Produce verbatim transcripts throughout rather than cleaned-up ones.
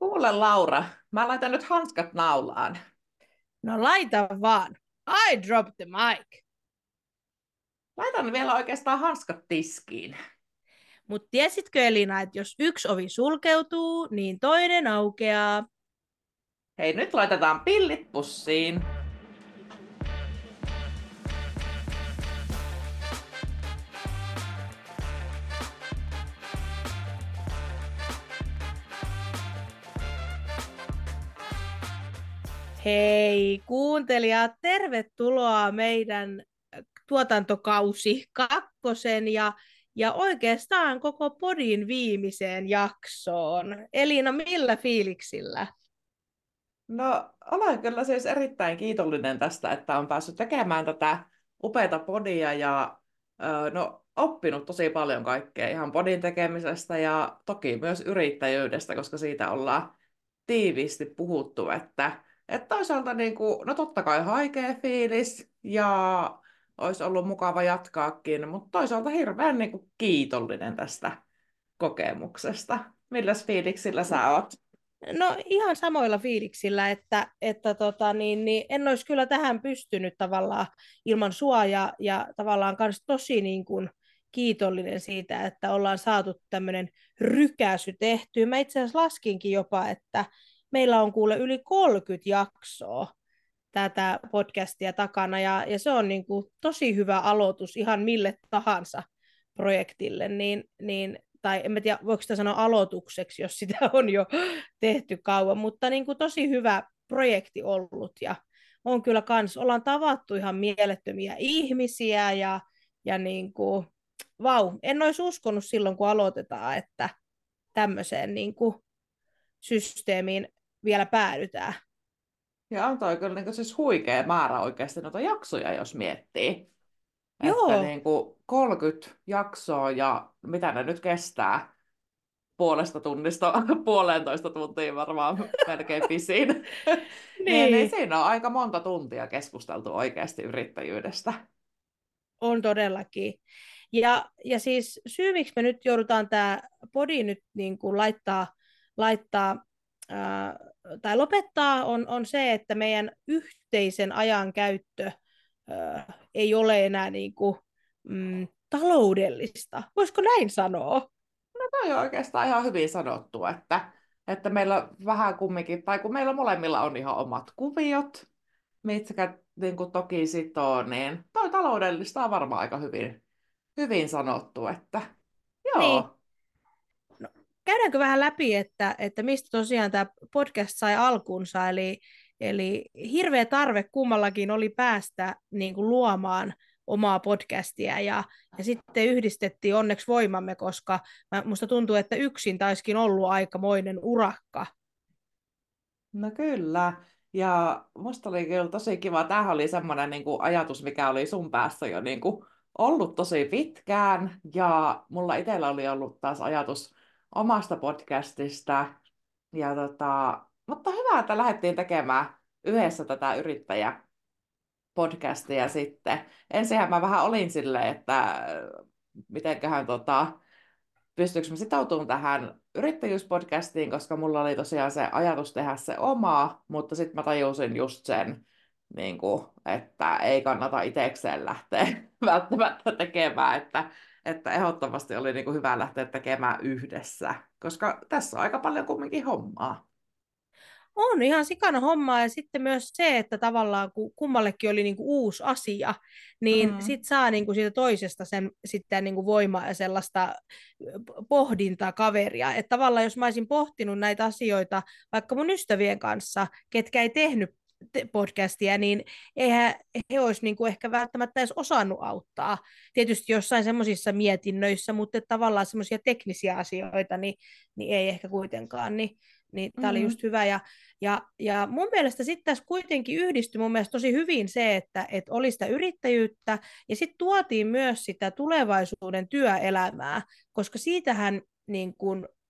Kuule Laura, mä laitan nyt hanskat naulaan. No laita vaan. I dropped the mic. Laitan vielä oikeastaan hanskat tiskiin. Mutta tiesitkö Elina, että jos yksi ovi sulkeutuu, niin toinen aukeaa? Hei, nyt laitetaan pillit pussiin. Hei kuuntelijat, tervetuloa meidän tuotantokausi kakkosen ja, ja oikeastaan koko podin viimeiseen jaksoon. Elina, millä fiiliksillä? No, olen kyllä siis erittäin kiitollinen tästä, että on päässyt tekemään tätä upeata podia ja ö, no, oppinut tosi paljon kaikkea ihan podin tekemisestä ja toki myös yrittäjyydestä, koska siitä ollaan tiiviisti puhuttu, että, että toisaalta niin kuin, no totta kai haikea fiilis ja olisi ollut mukava jatkaakin, mutta toisaalta hirveän niin kuin, kiitollinen tästä kokemuksesta. Milläs fiiliksillä sä oot? No ihan samoilla fiiliksillä, että, että tota, niin, niin en olisi kyllä tähän pystynyt tavallaan ilman sua ja, ja tavallaan myös tosi niin kuin kiitollinen siitä, että ollaan saatu tämmöinen rykäsy tehtyä. Mä itse asiassa laskinkin jopa, että meillä on kuule yli kolmekymmentä jaksoa tätä podcastia takana ja, ja se on niin kuin tosi hyvä aloitus ihan mille tahansa projektille, niin, niin tai en mä tiedä, voiko sitä sanoa aloitukseksi, jos sitä on jo tehty kauan, mutta niin kuin tosi hyvä projekti ollut ja on kyllä kans, ollaan tavattu ihan mielettömiä ihmisiä ja, ja niin kuin, vau, en olisi uskonut silloin, kun aloitetaan, että tämmöiseen niin kuin systeemiin vielä päädytään. Ja on toi kyllä niin kuin, siis huikea määrä oikeasti noita jaksoja, jos miettii. Että Joo, niin kuin kolmekymmentä jaksoa ja mitä ne nyt kestää? Puolesta tunnista puolentoista tuntia varmaan melkein pisin. Niin, niin niin. siinä on aika monta tuntia keskusteltu oikeasti yrittäjyydestä. On todellakin. Ja, ja siis syy, miksi me nyt joudutaan tämä podi nyt niin kuin laittaa, laittaa ää, tai lopettaa, on, on se, että meidän yhteisen ajan käyttö ää, ei ole enää niin kuin, mm, taloudellista. Voisiko näin sanoa? No toi on oikeastaan ihan hyvin sanottu, että, että meillä vähän kumminkin, tai kun meillä molemmilla on ihan omat kuviot, mitkä niin kuin toki sitoo, niin toi taloudellista on varmaan aika hyvin, hyvin sanottu, että Niin. joo. No, käydäänkö vähän läpi, että, että mistä tosiaan tämä podcast sai alkunsa, eli, eli hirveä tarve kummallakin oli päästä niin kuin luomaan omaa podcastia, ja, ja sitten yhdistettiin onneksi voimamme, koska mä, musta tuntuu, että yksin taisikin ollut aikamoinen urakka. No kyllä. Ja musta oli kyllä tosi kiva. Tämähän oli semmoinen niin kuin ajatus, mikä oli sun päässä jo niin kuin ollut tosi pitkään. Ja mulla itsellä oli ollut taas ajatus omasta podcastista. Ja tota, mutta hyvä, että lähdettiin tekemään yhdessä tätä yrittäjäpodcastia sitten. Ensinhän mä vähän olin silleen, että mitenköhän tota, pystyykö mä sitoutumaan tähän yrittäjyyspodcastiin, koska mulla oli tosiaan se ajatus tehdä se oma, mutta sitten mä tajusin just sen, niin kuin, että ei kannata itsekseen lähteä välttämättä tekemään, että, että ehdottomasti oli niin kuin hyvä lähteä tekemään yhdessä, koska tässä on aika paljon kumminkin hommaa. On ihan sikana hommaa ja sitten myös se, että tavallaan kun kummallekin oli niinku uusi asia, niin Mm. sit saa niinku siitä toisesta sen sitten niinku voimaa ja sellaista pohdintaa kaveria. Että tavallaan jos mä olisin pohtinut näitä asioita vaikka mun ystävien kanssa, ketkä ei tehnyt te- podcastia, niin eihän he olisi niinku ehkä välttämättä edes osannut auttaa. Tietysti jossain semmoisissa mietinnöissä, mutta tavallaan semmoisia teknisiä asioita, niin, niin ei ehkä kuitenkaan. Niin, niin tämä oli Mm. just hyvä. Ja ja, ja mun mielestä sitten tässä kuitenkin yhdistyi mun mielestä tosi hyvin se, että, että oli sitä yrittäjyyttä ja sitten tuotiin myös sitä tulevaisuuden työelämää, koska siitähän niin kun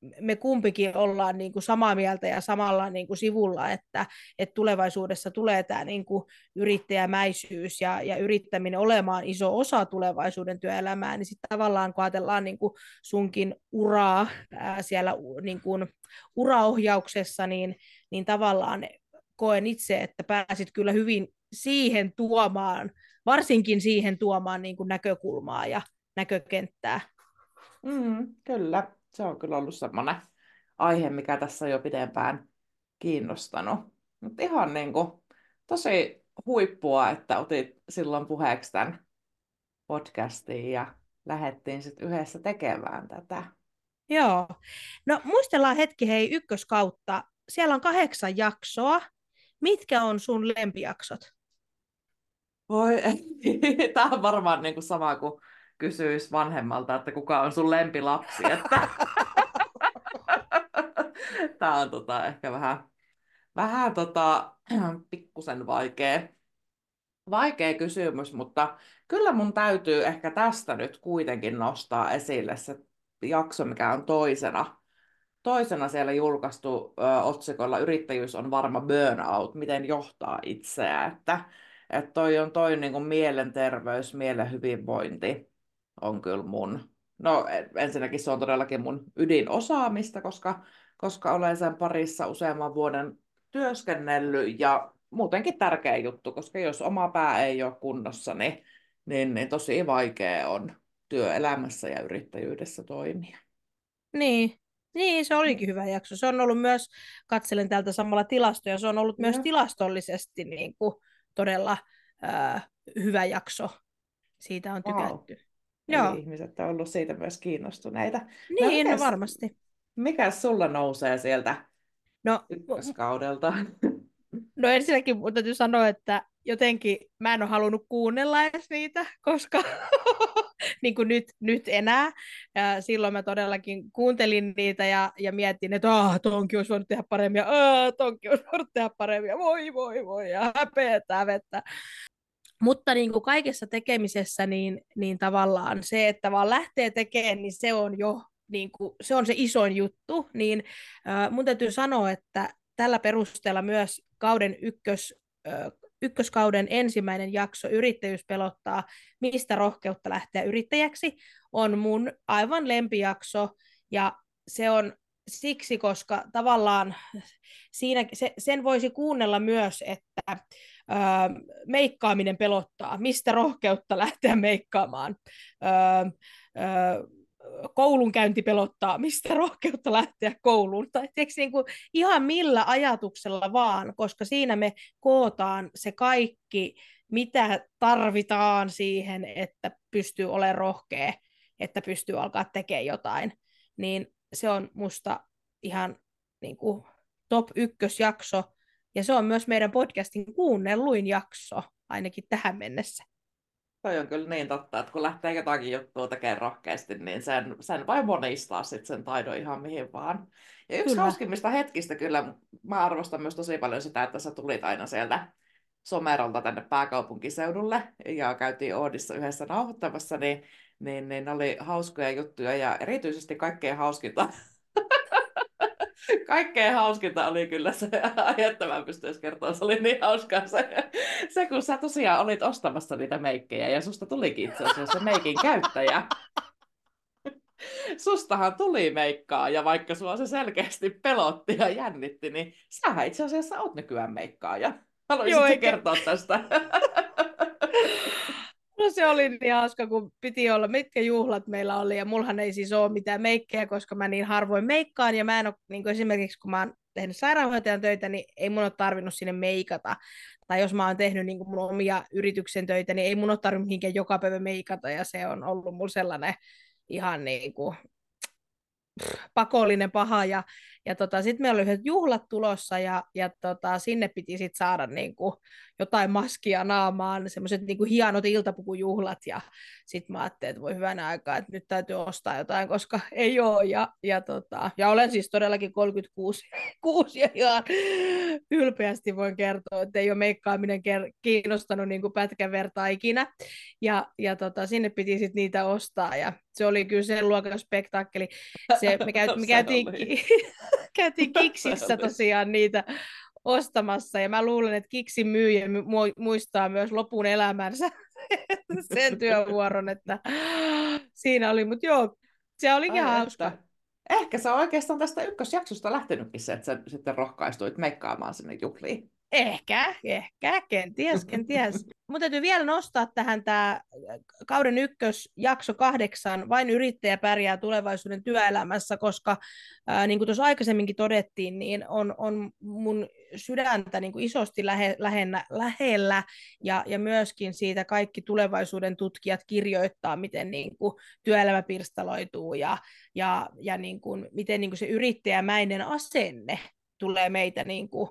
me kumpikin ollaan niin kuin samaa mieltä ja samalla niin kuin sivulla, että, että tulevaisuudessa tulee tämä niin kuin yrittäjämäisyys ja, ja yrittäminen olemaan iso osa tulevaisuuden työelämää, niin sitten tavallaan kun ajatellaan niin kuin sunkin uraa ää, siellä niin kuin uraohjauksessa, niin, niin tavallaan koen itse, että pääsit kyllä hyvin siihen tuomaan, varsinkin siihen tuomaan niin kuin näkökulmaa ja näkökenttää. Mm, kyllä, se on kyllä ollut semmoinen aihe, mikä tässä on jo pidempään kiinnostanut. Mutta ihan niin kuin, tosi huippua, että otit silloin puheeksi tämän podcastiin ja lähdettiin sitten yhdessä tekemään tätä. Joo. No muistellaan hetki hei ykköskautta. Siellä on kahdeksan jaksoa. Mitkä on sun lempijaksot? Voi, tämä on varmaan niin kuin sama kuin kysyisi vanhemmalta, että kuka on sun lempilapsi. Että... Tämä on tota, ehkä vähän, vähän tota, pikkusen vaikea, vaikea kysymys, mutta kyllä mun täytyy ehkä tästä nyt kuitenkin nostaa esille se jakso, mikä on toisena. Toisena siellä julkaistu ö, otsikolla Yrittäjyys on varma burnout, miten johtaa itseään. Että, että toi on toi niin kuin mielenterveys, mielen hyvinvointi on kyllä mun. No ensinnäkin se on todellakin mun ydinosaamista, koska, koska olen sen parissa useamman vuoden työskennellyt ja muutenkin tärkeä juttu, koska jos oma pää ei ole kunnossa, niin, niin, niin tosi vaikea on työelämässä ja yrittäjyydessä toimia. Niin. Niin, se olikin hyvä jakso. Se on ollut myös, katselen täältä samalla tilastoja, se on ollut myös Joo. tilastollisesti niin kuin todella ää, hyvä jakso. Siitä on Wow. tykätty. Eli Joo, ihmiset on ollut siitä myös kiinnostuneita. No niin, no mikäs, varmasti. mikäs sulla nousee sieltä No, ykköskaudelta? no ensinnäkin mun täytyy sanoa, että jotenkin mä en ole halunnut kuunnella edes niitä, koska niin kuin nyt, nyt enää. Ja silloin mä todellakin kuuntelin niitä ja, ja mietin, että ah, tonkin olisi voinut tehdä paremmin, ja ah, tonkin olisi voinut tehdä paremmin, ja voi, voi, voi, ja häpeätä vettä. Mutta niin kuin kaikessa tekemisessä, niin, niin tavallaan se, että vaan lähtee tekemään, niin se on jo niin kuin, se on se isoin juttu. Niin äh, mun täytyy sanoa, että tällä perusteella myös kauden ykkös, äh, ykköskauden ensimmäinen jakso Yrittäjyys pelottaa, mistä rohkeutta lähteä yrittäjäksi, on mun aivan lempijakso. Ja se on siksi, koska tavallaan siinä, se, sen voisi kuunnella myös, että Öö, meikkaaminen pelottaa, mistä rohkeutta lähteä meikkaamaan. Öö, öö, koulunkäynti pelottaa, mistä rohkeutta lähteä kouluun. Tai tiiäks, niin kuin ihan millä ajatuksella vaan, koska siinä me kootaan se kaikki, mitä tarvitaan siihen, että pystyy olemaan rohkea, että pystyy alkaa tekemään jotain. Niin se on musta ihan niin kuin top ykkösjakso, ja se on myös meidän podcastin kuunnelluin jakso, ainakin tähän mennessä. Toi on kyllä niin totta, että kun lähtee jotakin juttua tekemään rohkeasti, niin sen, sen voi monistaa sit sen taidon ihan mihin vaan. Ja yksi Kyllä. hauskimmista hetkistä kyllä, mä arvostan myös tosi paljon sitä, että sä tulit aina sieltä Somerolta tänne pääkaupunkiseudulle ja käytiin Oodissa yhdessä nauhoittamassa, niin, niin, niin oli hauskoja juttuja ja erityisesti kaikkein hauskinta Kaikkein hauskinta oli kyllä se, että mä pystyisin kertoa, se oli niin hauskaa se, se, kun sä tosiaan olit ostamassa niitä meikkejä ja susta tulikin itse asiassa se meikin käyttäjä. Sustahan tuli meikkaa ja vaikka sua se selkeästi pelotti ja jännitti, niin sähän itse asiassa oot nykyään meikkaaja. Joo, Haluaisitko eikä... kertoa tästä? No se oli niin hauska, kun piti olla, mitkä juhlat meillä oli, ja mullahan ei siis ole mitään meikkejä, koska mä niin harvoin meikkaan, ja mä en ole, niin kuin esimerkiksi kun mä oon tehnyt sairaanhoitajan töitä, niin ei mun ole tarvinnut sinne meikata. Tai jos mä oon tehnyt niin kuin mun omia yrityksen töitä, niin ei mun ole tarvinnut mihinkään joka päivä meikata, ja se on ollut mulla sellainen ihan niin kuin pakollinen paha, ja, ja tota, sitten meillä oli yhdet juhlat tulossa, ja, ja tota, sinne piti sitten saada niinku jotain maskia naamaan, semmoiset niinku hienot iltapukujuhlat, ja sitten mä ajattelin, että voi hyvänä aikaa, että nyt täytyy ostaa jotain, koska ei ole, ja, ja, tota, ja olen siis todellakin kolmekymmentäkuusi kuusi, ja ihan ylpeästi voin kertoa, että ei ole meikkaaminen kiinnostanut niinku pätkän vertaa ikinä, ja, ja tota, sinne piti sitten niitä ostaa, ja se oli kyllä sen luokan spektaakkeli. Se, me, käyt, me Se käytiin, oli. käytiin Se Kiksissä oli. tosiaan niitä ostamassa, ja mä luulen, että Kiksin myyjä muistaa myös lopun elämänsä sen työvuoron, että siinä oli, mutta joo, se oli ihan Ai hauska. että. Ehkä se on oikeastaan tästä ykkösjaksosta lähtenytkin se, että sä sitten rohkaistuit meikkaamaan sinne juhliin. Ehkä, ehkä, kenties, kenties. Mun täytyy vielä nostaa tähän tämä kauden ykkösjakso kahdeksan, vain yrittäjä pärjää tulevaisuuden työelämässä, koska ää, niin kuin tuossa aikaisemminkin todettiin, niin on, on mun sydäntä niin kuin isosti lähe, lähennä, lähellä, ja, ja myöskin siitä kaikki tulevaisuuden tutkijat kirjoittaa, miten niin kuin työelämä pirstaloituu, ja, ja, ja niin kuin, miten niin kuin se yrittäjämäinen asenne tulee meitä niin kuin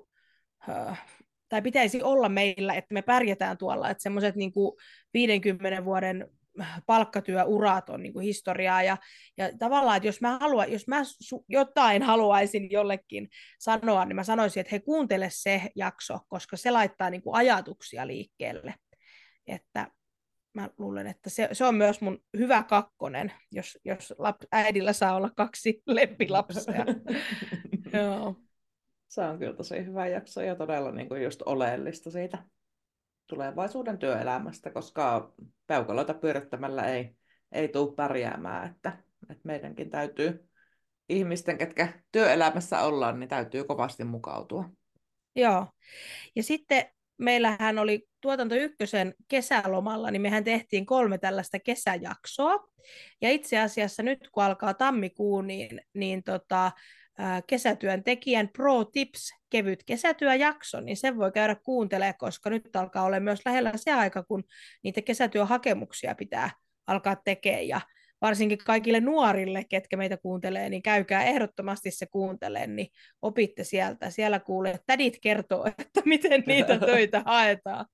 tai pitäisi olla meillä, että me pärjätään tuolla, että semmoiset niin kuin viidenkymmenen vuoden palkkatyöurat on niin kuin historiaa, ja, ja tavallaan, että jos mä, haluan, jos mä su, jotain haluaisin jollekin sanoa, niin mä sanoisin, että he kuuntele se jakso, koska se laittaa niin kuin ajatuksia liikkeelle, että mä luulen, että se, se on myös mun hyvä kakkonen, jos, jos lap, äidillä saa olla kaksi lempilapsia. Joo. Se on kyllä tosi hyvä jakso ja todella niin kuin just oleellista siitä tulevaisuuden työelämästä, koska peukaloita pyörittämällä ei, ei tule pärjäämään, että, että meidänkin täytyy, ihmisten, ketkä työelämässä ollaan, niin täytyy kovasti mukautua. Joo. Ja sitten meillähän oli Tuotanto Ykkösen kesälomalla, niin mehän tehtiin kolme tällaista kesäjaksoa. Ja itse asiassa nyt kun alkaa tammikuu, niin, niin tota, kesätyöntekijän Pro Tips, kevyt kesätyöjakso, niin sen voi käydä kuuntelemaan, koska nyt alkaa olla myös lähellä se aika, kun niitä kesätyöhakemuksia pitää alkaa tekemään. Ja varsinkin kaikille nuorille, ketkä meitä kuuntelee, niin käykää ehdottomasti se kuuntelee, niin opitte sieltä. Siellä kuulee, tädit kertoo, että miten niitä töitä haetaan.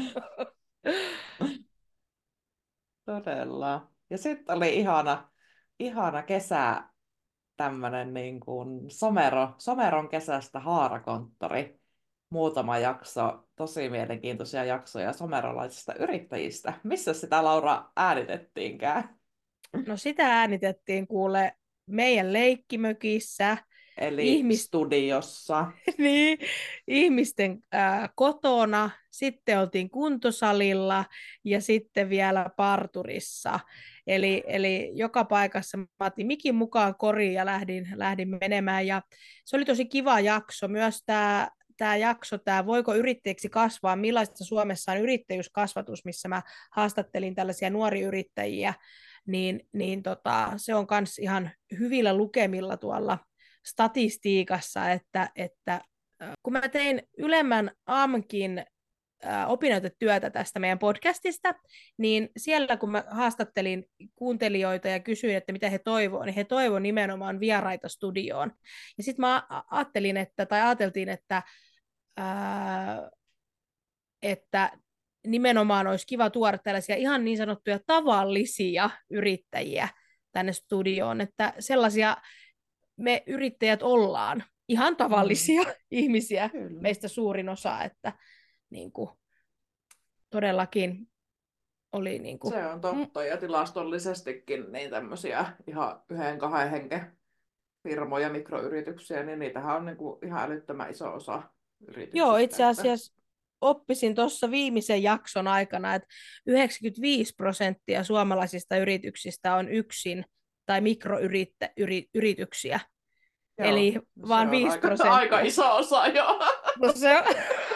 Todella. Ja sitten oli ihana, ihana kesä, tämmöinen niin kuin Somero, Someron kesästä haarakonttori. Muutama jakso, tosi mielenkiintoisia jaksoja somerolaisista yrittäjistä. Missä sitä, Laura, äänitettiinkään? No sitä äänitettiin kuule meidän leikkimökissä, Eli ihmis, studiossa. niin, ihmisten ää, kotona, sitten oltiin kuntosalilla ja sitten vielä parturissa. Eli, eli joka paikassa mä otin mikin mukaan koriin ja lähdin, lähdin menemään. Ja se oli tosi kiva jakso. Myös tämä tämä jakso, tämä Voiko yrittäjäksi kasvaa, millaista Suomessa on yrittäjyyskasvatus, missä mä haastattelin tällaisia nuoria yrittäjiä, niin, niin tota, se on myös ihan hyvillä lukemilla tuolla statistiikassa, että, että kun mä tein ylemmän A M K:n opinnäytetyötä tästä meidän podcastista, niin siellä kun mä haastattelin kuuntelijoita ja kysyin, että mitä he toivoo, niin he toivoo nimenomaan vieraita studioon. Ja sitten mä ajattelin, että, tai ajateltiin, että, ää, että nimenomaan olisi kiva tuoda tällaisia ihan niin sanottuja tavallisia yrittäjiä tänne studioon, että sellaisia me yrittäjät ollaan, ihan Mm, tavallisia ihmisiä, kyllä. meistä suurin osa, että niin kuin, todellakin oli niin kuin, Se on mm, totta, ja tilastollisestikin niin tämmöisiä ihan yhden, kahden henken firmoja, mikroyrityksiä, niin niitähän on niin kuin ihan älyttömän iso osa joo, yrityksistä. itse Että... asiassa oppisin tuossa viimeisen jakson aikana, että yhdeksänkymmentäviisi prosenttia suomalaisista yrityksistä on yksin tai mikroyrityksiä, Joo, eli se vain on viisi aika, aika prosenttia. iso osa jo. No se on,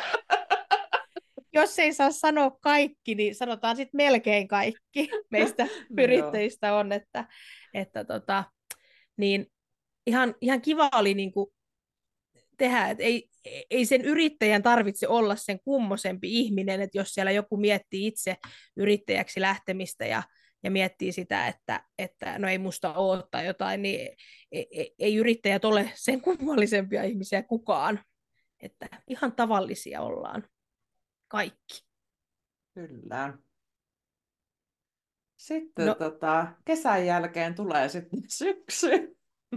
jos ei saa sanoa kaikki, niin sanotaan sitten melkein kaikki meistä Joo. yrittäjistä on, että, että tota, niin ihan, ihan kiva oli niin kuin tehdä, että ei, ei sen yrittäjän tarvitse olla sen kummosempi ihminen, että jos siellä joku miettii itse yrittäjäksi lähtemistä ja, ja miettii sitä, että, että no ei musta ole tai jotain, niin ei, ei, ei yrittäjät ole sen kummallisempia ihmisiä kukaan. Että ihan tavallisia ollaan kaikki. Kyllä. Sitten No, tota, kesän jälkeen tulee sitten syksy.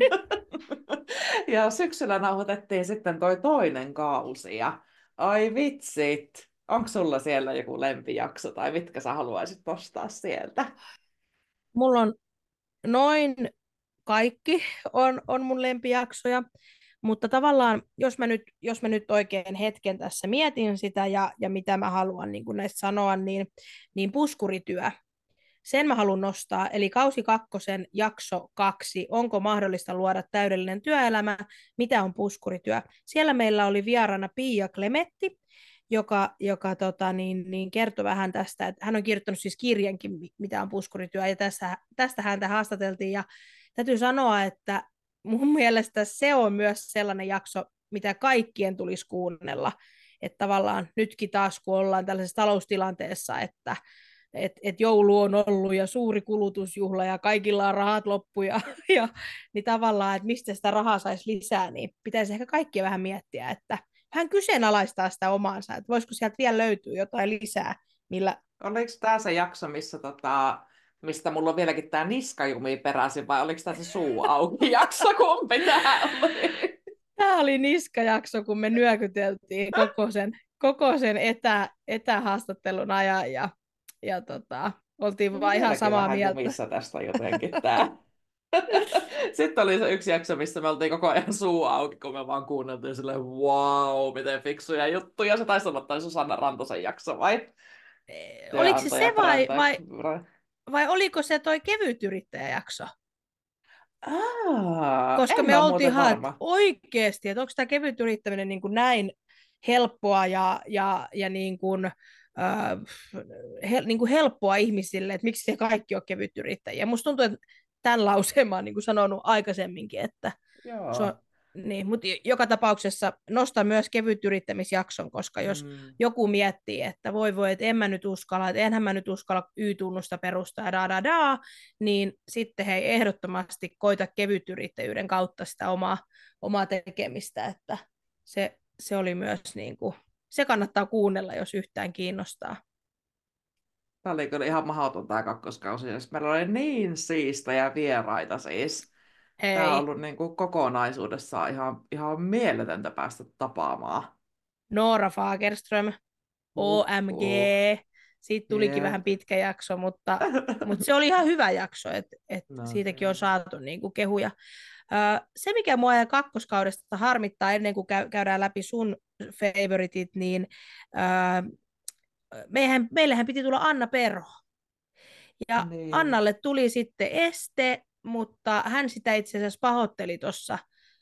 Ja syksyllä nauhoitettiin sitten toi toinen kausi. Ja ai vitsit, onko sulla siellä joku lempijakso tai mitkä sä haluaisit postaa sieltä? mulla on noin kaikki on, on mun lempijaksoja, mutta tavallaan, jos mä nyt, jos mä nyt oikein hetken tässä mietin sitä ja, ja mitä mä haluan niin kuin näistä sanoa, niin, niin puskurityö, sen mä haluan nostaa, eli kausi kakkosen jakso kaksi, onko mahdollista luoda täydellinen työelämä, mitä on puskurityö. Siellä meillä oli vieraana Pia Klemetti, joka, joka tota, niin, niin kertoi vähän tästä, että hän on kirjoittanut siis kirjankin, mitä on puskurityö, ja tästä, tästä häntä haastateltiin, ja täytyy sanoa, että mun mielestä se on myös sellainen jakso, mitä kaikkien tulisi kuunnella, että tavallaan nytkin taas, kun ollaan tällaisessa taloustilanteessa, että et, et joulu on ollut ja suuri kulutusjuhla ja kaikilla on rahat loppu ja, ja niin tavallaan, että mistä sitä rahaa saisi lisää, niin pitäisi ehkä kaikkia vähän miettiä, että hän kyseenalaistaa sitä omaansa, että voisiko sieltä vielä löytyä jotain lisää, millä... Oliko tämä se jakso, missä tota, mistä mulla on vieläkin tämä niskajumi peräisin, vai oliko tämä se suu auki jakso, kumpi tämä oli? Tämä oli niskajakso, kun me nyökyteltiin koko sen, koko sen etä, etähaastattelun ajan ja, ja tota, oltiin Mulla on vaan ihan vieläkin samaa vähän mieltä. jumissa tästä jotenkin tää. Sitten oli se yksi jakso, missä me oltiin koko ajan suu auki, kun me vaan kuunneltiin silleen, wow, miten fiksuja juttuja. Se taisi olla tai Susanna Rantosen jakso, vai? Oliko se Työnantaja se vai, Bräntä. vai, vai oliko se toi kevytyrittäjäjakso? Aa, Koska en me mä oltiin muuten ihan, että varma. oikeasti, että onko tämä kevyt yrittäminen niin kuin näin helppoa ja, ja, ja niin kuin, äh, hel, niin kuin helppoa ihmisille, että miksi se kaikki on kevyt yrittäjiä. Musta tuntuu, että tämän lauseen mä oon niin kuin sanonut aikaisemminkin, että se on, Joo. niin, mutta joka tapauksessa nostan myös kevyt yrittämisjakson, koska jos Mm. joku miettii, että voi voi, että en mä nyt uskalla, että enhän mä nyt uskalla Y-tunnusta perustaa ja da da da, niin sitten hei ehdottomasti koita kevytyrittäjyyden kautta sitä omaa, omaa tekemistä, että se, se oli myös niin kuin, se kannattaa kuunnella, jos yhtään kiinnostaa. Tämä oli kyllä ihan mahdoton tämä kakkoskausi. Ja meillä oli niin siistejä vieraita siis. Tämä on Hei, ollut niin kuin kokonaisuudessaan ihan, ihan mieletöntä päästä tapaamaan. Noora Fagerström, O M G. Huhhuh. Siitä tulikin vähän Jep. pitkä jakso, mutta, mutta se oli ihan hyvä jakso, että et No siitäkin on niin. saatu niin kuin kehuja. Ö, se, mikä mua ja kakkoskaudesta harmittaa ennen kuin käy, käydään läpi sun favoritit, niin ö, meihän, meillähän piti tulla Anna Perho. Ja Niin. Annalle tuli sitten este, mutta hän sitä itse asiassa pahoitteli tuossa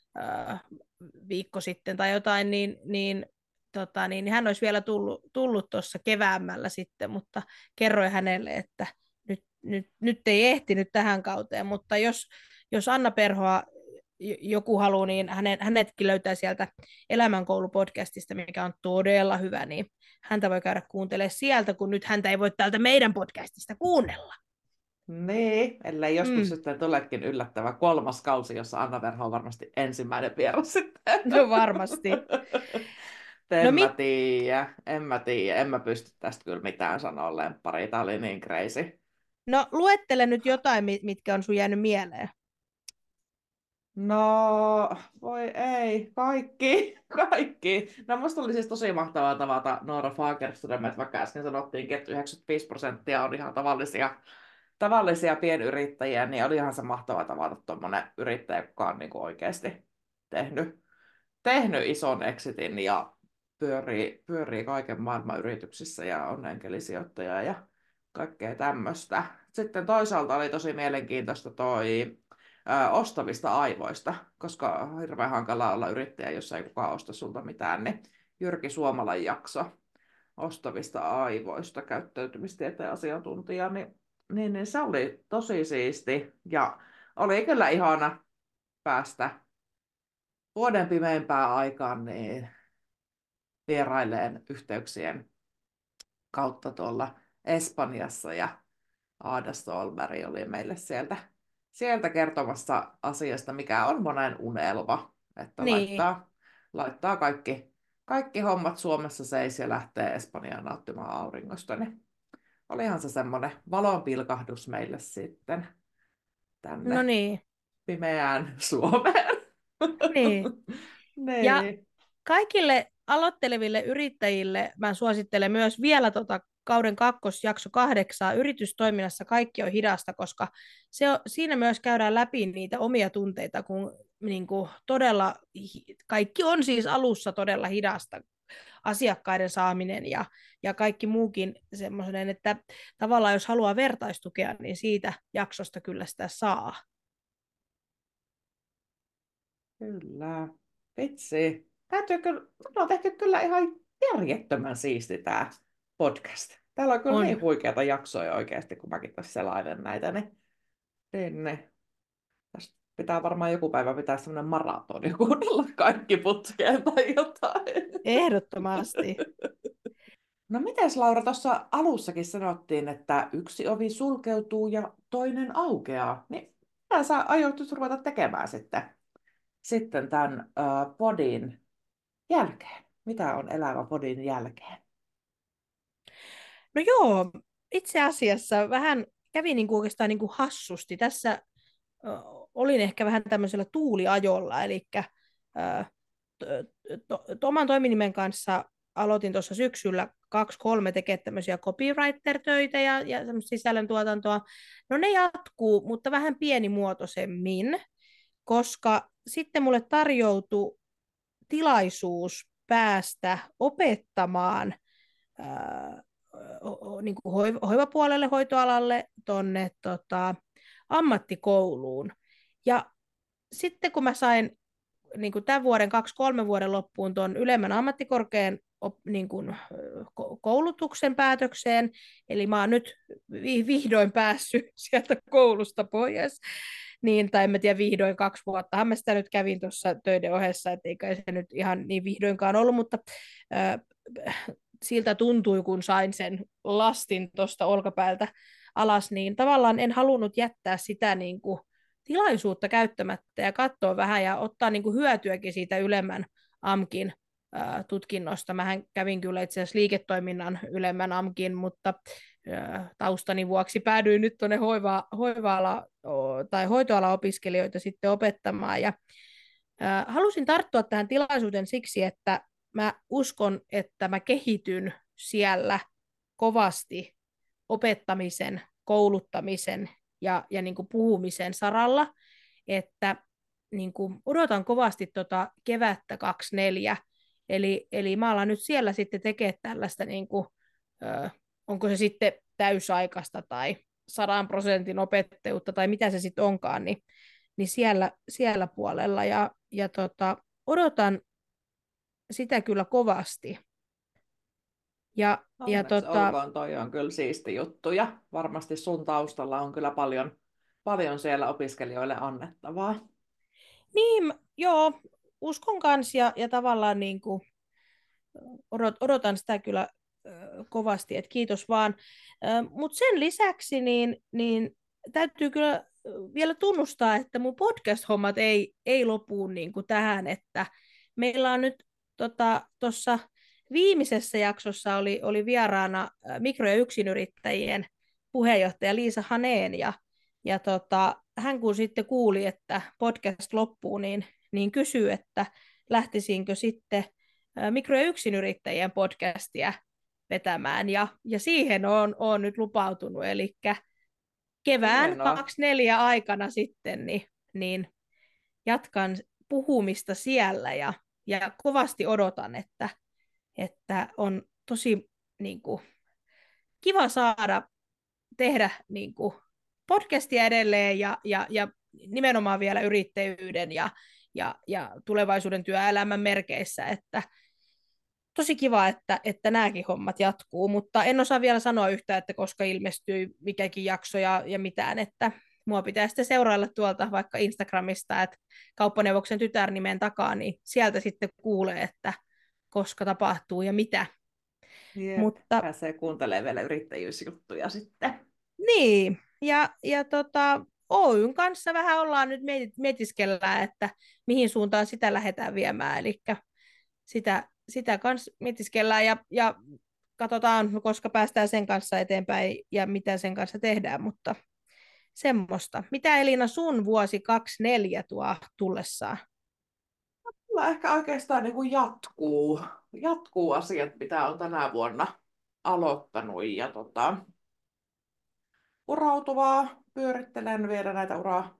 viikko sitten tai jotain, niin, niin, tota, niin, niin hän olisi vielä tullut, tullut tuossa keväämällä sitten, mutta kerroin hänelle, että nyt, nyt, nyt ei ehtinyt tähän kauteen, mutta jos, jos Anna Perhoa joku haluaa, niin hänet, hänetkin löytää sieltä Elämänkoulu-podcastista, mikä on todella hyvä, niin häntä voi käydä kuuntelemaan sieltä, kun nyt häntä ei voi täältä meidän podcastista kuunnella. Niin, ellei joskus Mm, sitten tulekin yllättävä kolmas kausi, jossa Anna Verho on varmasti ensimmäinen vieras sitten. no varmasti. No En mä mit, tiedä, en mä tiedä, en mä pysty tästä kyllä mitään sanoa lemppari, tää oli niin crazy. no luettele nyt jotain, mitkä on sun jäänyt mieleen. No, voi ei, kaikki, kaikki. No musta oli siis tosi mahtavaa tavata Noora Fagerström, että vaikka äsken sanottiinkin, että yhdeksänkymmentäviisi prosenttia on ihan tavallisia, tavallisia pienyrittäjiä, niin oli ihan se mahtavaa tavata tuommoinen yrittäjä, joka on niin kuin oikeasti tehnyt, tehnyt ison exitin ja pyörii, pyörii kaiken maailman yrityksissä ja on enkelisijoittaja ja kaikkea tämmöistä. Sitten toisaalta oli tosi mielenkiintoista toi ö, ostavista aivoista, koska on hirveän hankala olla yrittäjä, jos ei kukaan osta sulta mitään, niin Jyrki Suomalan jakso ostavista aivoista, käyttäytymistieteen asiantuntija, niin, niin, niin se oli tosi siisti ja oli kyllä ihana päästä vuoden pimeämpään aikaan niin vieraileen yhteyksien kautta tuolla Espanjassa ja Aada Stolberg oli meille sieltä, sieltä kertomassa asiasta, mikä on monen unelma, että Niin, laittaa, laittaa kaikki, kaikki hommat Suomessa seis ja lähtee Espanjaan nauttimaan auringosta, niin olihan se semmoinen valonpilkahdus meille sitten no tänne niin, pimeään Suomeen. niin. Ja Niin. kaikille aloitteleville yrittäjille mä suosittelen myös vielä tota kauden kakkosjakso kahdeksaa. Yritystoiminnassa kaikki on hidasta, koska se on, siinä myös käydään läpi niitä omia tunteita, kun niin kuin todella, kaikki on siis alussa todella hidasta, asiakkaiden saaminen ja, ja kaikki muukin semmoinen, että tavallaan jos haluaa vertaistukea, niin siitä jaksosta kyllä sitä saa. Kyllä. Vitsi. Täytyy kyllä, no on tehty kyllä ihan järjettömän siisti tämä podcast. Täällä on kyllä On niin huikeita jaksoja oikeasti, kun mäkin tässä selailen näitä. Niin, niin, niin. Tästä pitää varmaan joku päivä pitää semmoinen maratoni ja kuunnella kaikki putkeen tai jotain. ehdottomasti. No mites Laura, tuossa alussakin sanottiin, että yksi ovi sulkeutuu ja toinen aukeaa. Niin mitä sä aiot nyt ruveta tekemään sitten, sitten tämän uh, podin jälkeen? Mitä on elämä podin jälkeen? No joo, itse asiassa vähän kävi niin kuin oikeastaan niin kuin hassusti. Tässä ö, olin ehkä vähän tämmöisellä tuuliajolla, eli ö, to, to, oman toiminimen kanssa aloitin tuossa syksyllä kaksi kolme tekemään tämmöisiä copywriter-töitä ja, ja semmoista sisällöntuotantoa. No ne jatkuu, mutta vähän pienimuotoisemmin, koska sitten mulle tarjoutui tilaisuus päästä opettamaan ää, niin kuin hoivapuolelle, hoitoalalle, tuonne tota, ammattikouluun. Ja sitten kun mä sain niin kuin tämän vuoden, kaksi kolme vuoden loppuun tuon ylemmän ammattikorkean op, niin kuin, koulutuksen päätökseen, eli mä oon nyt vihdoin päässyt sieltä koulusta pois, niin, tai en mä tiedä, vihdoin kaksi vuotta, mä sitä nyt kävin tuossa töiden ohessa, että eikä se nyt ihan niin vihdoinkaan ollut, mutta äh, siltä tuntui, kun sain sen lastin tuosta olkapäältä alas, niin tavallaan en halunnut jättää sitä niin kuin tilaisuutta käyttämättä ja katsoa vähän ja ottaa niin kuin hyötyäkin siitä ylemmän AMKin ää, tutkinnosta. Mähän kävin kyllä itse asiassa liiketoiminnan ylemmän AMKin, mutta ää, taustani vuoksi päädyin nyt tuonne hoiva, hoiva-ala tai hoitoala-opiskelijoita sitten opettamaan ja ää, halusin tarttua tähän tilaisuuteen siksi, että mä uskon, että mä kehityn siellä kovasti opettamisen, kouluttamisen ja, ja niin kuin puhumisen saralla, että niin kuin odotan kovasti tota kevättä kaksikymmentäneljä, eli, eli mä alan nyt siellä sitten tekemään tällaista, niin kuin, ö, onko se sitten täysaikaista tai sadan prosentin opettajuutta tai mitä se sitten onkaan, niin, niin siellä, siellä puolella ja, ja tota, odotan sitä kyllä kovasti. Ja, ja Onneksi tota, olkoon, toi on kyllä siisti juttu ja varmasti sun taustalla on kyllä paljon, paljon siellä opiskelijoille annettavaa. niin, joo, uskon kanssa ja, ja tavallaan niin kuin odot, odotan sitä kyllä ö, kovasti, että kiitos vaan. Mutta sen lisäksi niin, niin täytyy kyllä vielä tunnustaa, että mun podcast-hommat ei, ei lopu niin kuin tähän, että meillä on nyt tuossa tota, viimeisessä jaksossa oli, oli vieraana mikro- ja yksinyrittäjien puheenjohtaja Liisa Haneen, ja, ja tota, hän kun sitten kuuli, että podcast loppuu, niin, niin kysyi, että lähtisinkö sitten mikro- ja yksinyrittäjien podcastia vetämään, ja, ja siihen on, on nyt lupautunut, eli kevään Hienoa. kaksikymmentäneljä aikana sitten niin, niin jatkan puhumista siellä, ja, ja kovasti odotan, että, että on tosi niin kuin, kiva saada tehdä niin kuin, podcastia edelleen ja, ja, ja nimenomaan vielä yrittäjyyden ja, ja, ja tulevaisuuden työelämän merkeissä, että tosi kiva, että, että nämäkin hommat jatkuu, mutta en osaa vielä sanoa yhtään, että koska ilmestyy mikäkin jakso ja, ja mitään, että mua pitää sitten seurailla tuolta vaikka Instagramista, että kauppaneuvoksen tytärnimen takaa, niin sieltä sitten kuulee, että koska tapahtuu ja mitä. Jep, Mutta pääsee kuuntelemaan vielä yrittäjyysjuttuja sitten. Niin, ja, ja tota, Oyn kanssa vähän ollaan nyt mietit, mietiskellään, että mihin suuntaan sitä lähdetään viemään, eli sitä, sitä kanssa mietiskellään ja, ja katsotaan, koska päästään sen kanssa eteenpäin ja mitä sen kanssa tehdään, mutta semmoista. Mitä Elina sun vuosi kaksikymmentäneljä tuo tullessaan? Mulla ehkä oikeastaan niin kuin jatkuu, jatkuu asiat, mitä on tänä vuonna aloittanut. Ja tota, urautuvaa pyörittelen vielä näitä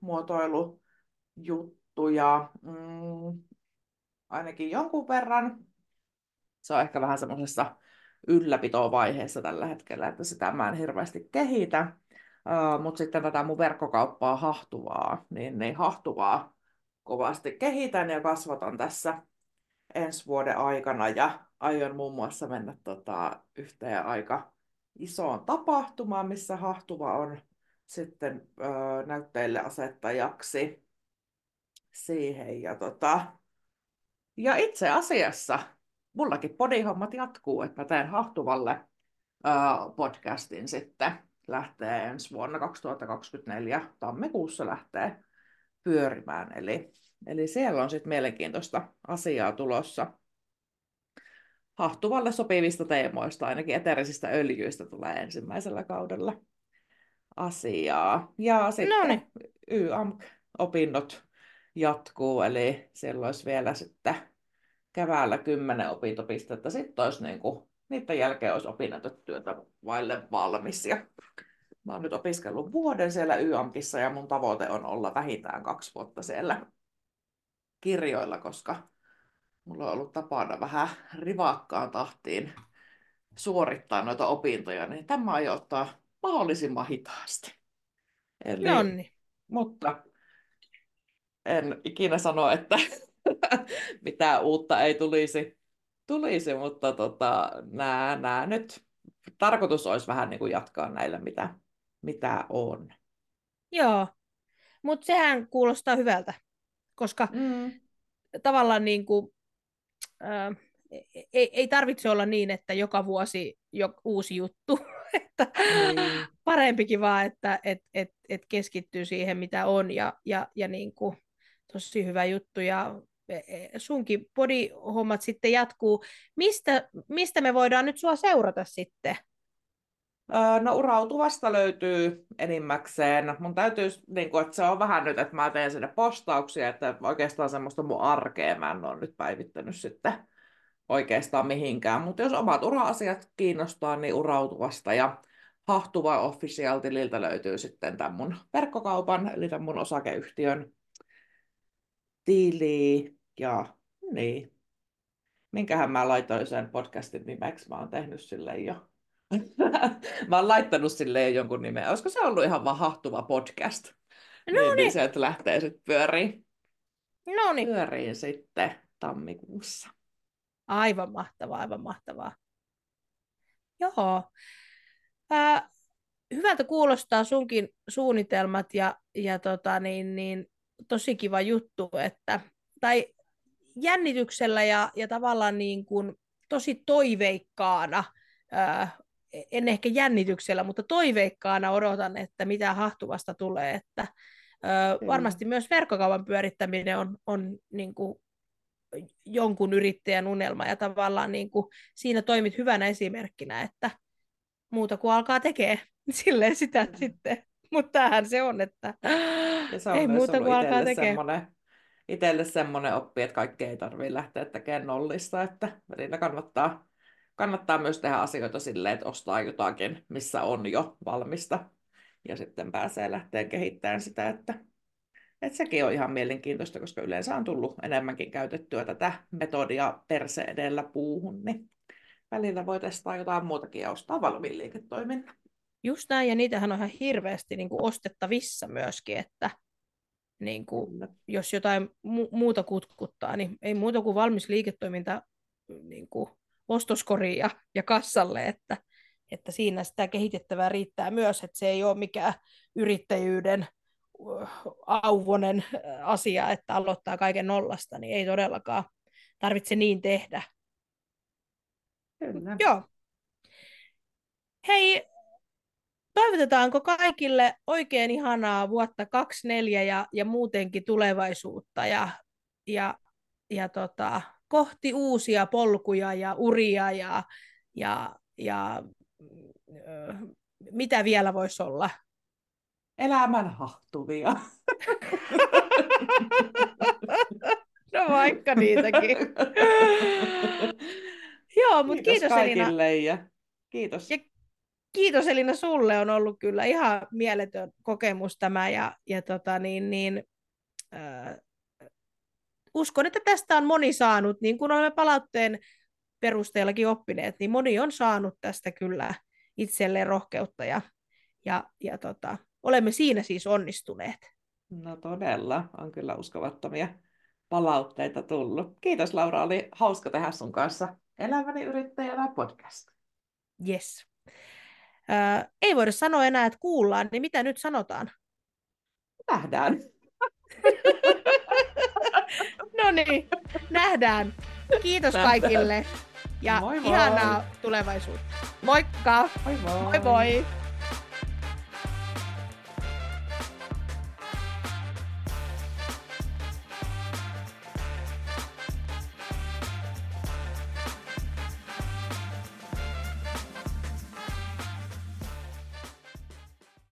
uramuotoilujuttuja. Mm, ainakin jonkun verran. Se on ehkä vähän semmoisessa ylläpitovaiheessa tällä hetkellä, että sitä mä en hirveästi kehitä. Uh, Mutta sitten tätä mun verkkokauppaa hahtuvaa, niin, niin hahtuvaa kovasti kehitän ja kasvatan tässä ensi vuoden aikana ja aion muun muassa mennä tota, yhteen aika isoon tapahtumaan, missä hahtuva on sitten ö, näytteille asettajaksi siihen. Ja, tota, ja itse asiassa mullakin podihommat jatkuu, että mä teen hahtuvalle ö, podcastin sitten. Lähtee ensi vuonna kaksituhattakaksikymmentäneljä tammikuussa lähtee pyörimään. Eli, eli siellä on sitten mielenkiintoista asiaa tulossa. Hahtuvalle sopivista teemoista, ainakin eteerisistä öljyistä tulee ensimmäisellä kaudella asiaa. Ja No sitten niin, Y A M K-opinnot jatkuu, eli siellä olisi vielä sitten keväällä kymmenen opintopistettä. Sitten olisi niin kuin, niiden jälkeen olisi opinnäytetyötä vaille valmis. Ja mä oon nyt opiskellut vuoden siellä Y A M Kissa ja mun tavoite on olla vähintään kaksi vuotta siellä kirjoilla, koska mulla on ollut tapana vähän rivakkaan tahtiin suorittaa noita opintoja, niin tämä aion ottaa mahdollisimman hitaasti. no Eli, niin. mutta en ikinä sano, että mitään uutta ei tulisi, tulisi mutta tota, nää, nää nyt tarkoitus olisi vähän niin kuin jatkaa näillä, mitä, mitä on. Joo, mutta sehän kuulostaa hyvältä, koska Mm, tavallaan niin kuin, ää, ei, ei tarvitse olla niin, että joka vuosi jo uusi juttu. Että niin. parempikin vaan, että et, et, et keskittyy siihen, mitä on ja, ja, ja niin kuin, tosi hyvä juttu. Ja e, e, sunkin body-hommat sitten jatkuu. Mistä, mistä me voidaan nyt sua seurata sitten? Öö, No urautuvasta löytyy enimmäkseen. Mun täytyy, niin kuin, että se on vähän nyt, että mä teen sinne postauksia, että oikeastaan semmoista mun arkea mä en ole nyt päivittänyt sitten oikeastaan mihinkään. Mutta jos omat ura-asiat kiinnostaa, niin urautuvasta ja Hahtuva Official-tililtä löytyy sitten tämän mun verkkokaupan, eli tämän mun osakeyhtiön tili. Ja niin, minkähän mä laitoin sen podcastin nimeksi, mä oon tehnyt sille jo. Mä oon laittanut sille jonkun nimen. Olisiko se ollut ihan vaan Hahtuva podcast? No Niin, niin niin, sieltä lähtee sitten pyöriin, no niin. pyöriin sitten tammikuussa. Aivan mahtavaa, aivan mahtavaa. Joo. Ää, hyvältä kuulostaa sunkin suunnitelmat ja, ja tota, niin, niin, tosi kiva juttu, että, tai jännityksellä ja, ja tavallaan niin kuin, tosi toiveikkaana, ää, en ehkä jännityksellä, mutta toiveikkaana odotan, että mitä hahtuvasta tulee, että ää, Kyllä. varmasti myös verkkokaupan pyörittäminen on, on niin kuin, jonkun yrittäjän unelma ja tavallaan niin kuin, siinä toimit hyvänä esimerkkinä, että muuta kuin alkaa tekee silleen sitä sitten. Mutta tämähän se on, että Ja se on ei myös muuta ollut kuin alkaa itselle tekee. semmoinen, itselle semmoinen oppi, että kaikki ei tarvitse lähteä tekemään nollista, että välillä kannattaa, kannattaa myös tehdä asioita silleen, että ostaa jotakin, missä on jo valmista, ja sitten pääsee lähteä kehittämään sitä, että, että sekin on ihan mielenkiintoista, koska yleensä on tullut enemmänkin käytettyä tätä metodia perse edellä puuhun, niin välillä voi testaa jotain muutakin ja ostaa valmiin liiketoiminnan. Just näin, ja niitähän on ihan hirveästi niin kuin ostettavissa myöskin, että niin kuin, Kyllä. jos jotain mu- muuta kutkuttaa, niin ei muuta kuin valmis liiketoiminta niin kuin ostoskoriin ja, ja kassalle, että, että siinä sitä kehitettävää riittää myös, että se ei ole mikään yrittäjyyden uh, auvonen uh, asia, että aloittaa kaiken nollasta, niin ei todellakaan tarvitse niin tehdä. Kyllä. Joo. Hei, toivotetaanko kaikille oikein ihanaa vuotta kaksikymmentäneljä ja, ja muutenkin tulevaisuutta ja, ja, ja tota, kohti uusia polkuja ja uria ja, ja, ja ö, mitä vielä voisi olla? Elämän hahtuvia. No vaikka niitäkin. Joo, mutta Kiitos kiitos Elina. kaikille ja kiitos. Ja kiitos Elina sulle, on ollut kyllä ihan mieletön kokemus tämä ja, ja tota, niin, niin, äh, uskon, että tästä on moni saanut, niin kuin olemme palautteen perusteellakin oppineet, niin moni on saanut tästä kyllä itselleen rohkeutta ja, ja, ja tota, olemme siinä siis onnistuneet. No todella, on kyllä uskomattomia palautteita tullut. Kiitos Laura, oli hauska tehdä sun kanssa Elämäni yrittäjänä podcast. Yes. Äh, ei voida sanoa enää, että kuullaan, niin mitä nyt sanotaan? Nähdään. No niin, nähdään. Kiitos Nähdään. kaikille ja Moi moi. ihanaa tulevaisuutta. Moikka! Moi moi. Moi moi!